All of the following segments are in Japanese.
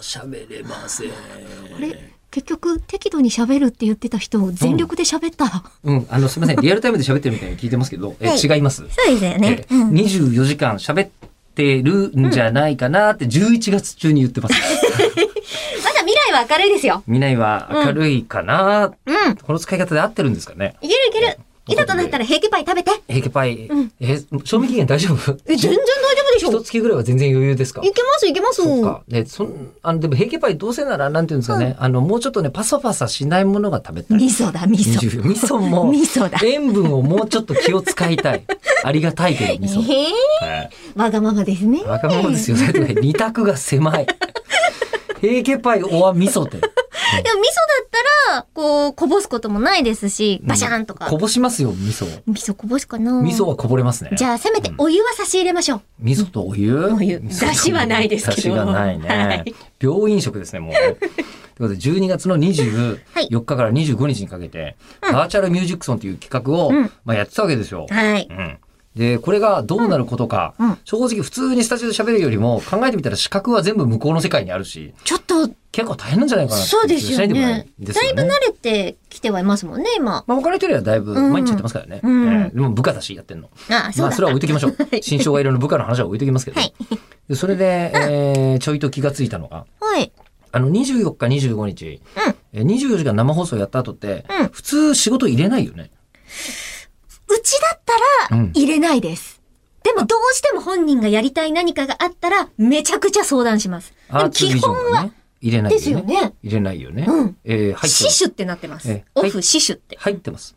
喋れません。 あれ結局適度に喋るって言ってた人を全力で喋った。 すみません。リアルタイムで喋ってるみたいに聞いてますけど、 はい違います。 そうですよね。 24時間喋ってるんじゃないかなって11月中に言ってます。 まだ未来は明るいですよ。 未来は明るいかな、この使い方で合ってるんですかね。 いけるいける。いざとなったら平家パイ食べて。 平家パイ、賞味期限大丈夫？ 全然大丈夫でしょ。 一月ぐらいは全然余裕ですか？ いけますいけます。 そうか。でも平家パイどうせならなんていうんですかね、もうちょっとねパサパサしないものが食べたい。 味噌だ味噌。 味噌も味噌だ。 塩分をもうちょっと気を使いたい。ありがたいけど味噌。 わがままですね。 わがままですよ。二択が狭い。平家パイおわ味噌って。 でも味噌だったらこうこぼすこともないですし、バシャーンとか。 こぼしますよ味噌。 味噌こぼすかな。 味噌はこぼれますね。 じゃあせめてお湯は差し入れましょう。 味噌とお湯。 出汁はないですけど。 出汁がないね。病院食ですねもう。ということで12月の24日から25日にかけて、バーチャルミュージックソンという企画をやってたわけですよ。 はい。 でこれがどうなることか、正直普通にスタジオで喋るよりも考えてみたら視覚は全部向こうの世界にあるし、 ちょっと結構大変なんじゃないかなって。 そうですよね。 だいぶ慣れてきてはいますもんね今。 他の人よりはだいぶ毎日やってますからね。でも部下だしやってんの。 そうだ。 それは置いときましょう。新生姜色の部下の話は置いときますけど。でそれで、ちょいと気がついたのが、24日25日、24時間生放送やった後って、普通仕事入れないよね。 うちだったら入れないです。でもどうしても本人がやりたい何かがあったらめちゃくちゃ相談します。でも基本は入れないよね。 ですよね。 入れないよね。 死守ってなってます。オフ死守って。 入ってます。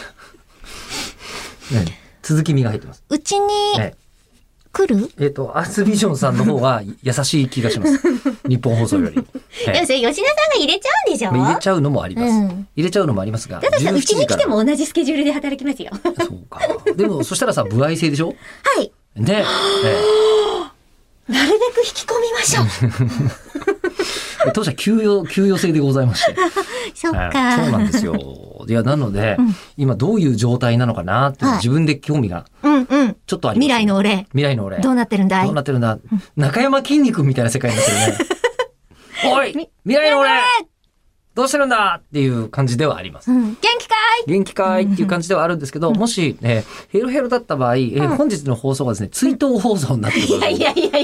続き身が入ってます。 うちに来る？ アースビジョンさんの方が優しい気がします。日本放送より。 でもそれ吉田さんが入れちゃうんでしょ？ 入れちゃうのもあります。入れちゃうのもありますが。 だからさ、うちに来ても同じスケジュールで働きますよ。 そうか。でもそしたらさ、歩合制でしょ？ はい。 で、 なるべく引き込みましょう。 当社給与制でございまして。 そっか。 そうなんですよ。いや、なので、今どういう状態なのかなって自分で興味がちょっとあります。 未来の俺。 未来の俺。 どうなってるんだい？ どうなってるんだ。中山きんに君みたいな世界になってるね。おい未来の俺どうしてるんだっていう感じではあります。 元気かい？ 元気かいっていう感じではあるんですけど、もし、ヘロヘロだった場合、本日の放送がですね、追悼放送になってくる。 いや、そうな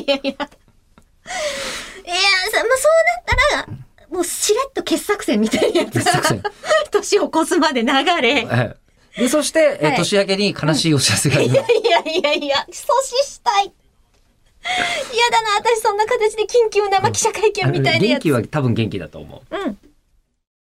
ったら、もうしれっと傑作選みたいなやつが、年を越すまで流れ。 で、そして、年明けに悲しいお知らせがあります。 阻止したい。嫌だな、私そんな形で緊急生記者会見みたいなやつ。 元気は多分元気だと思う。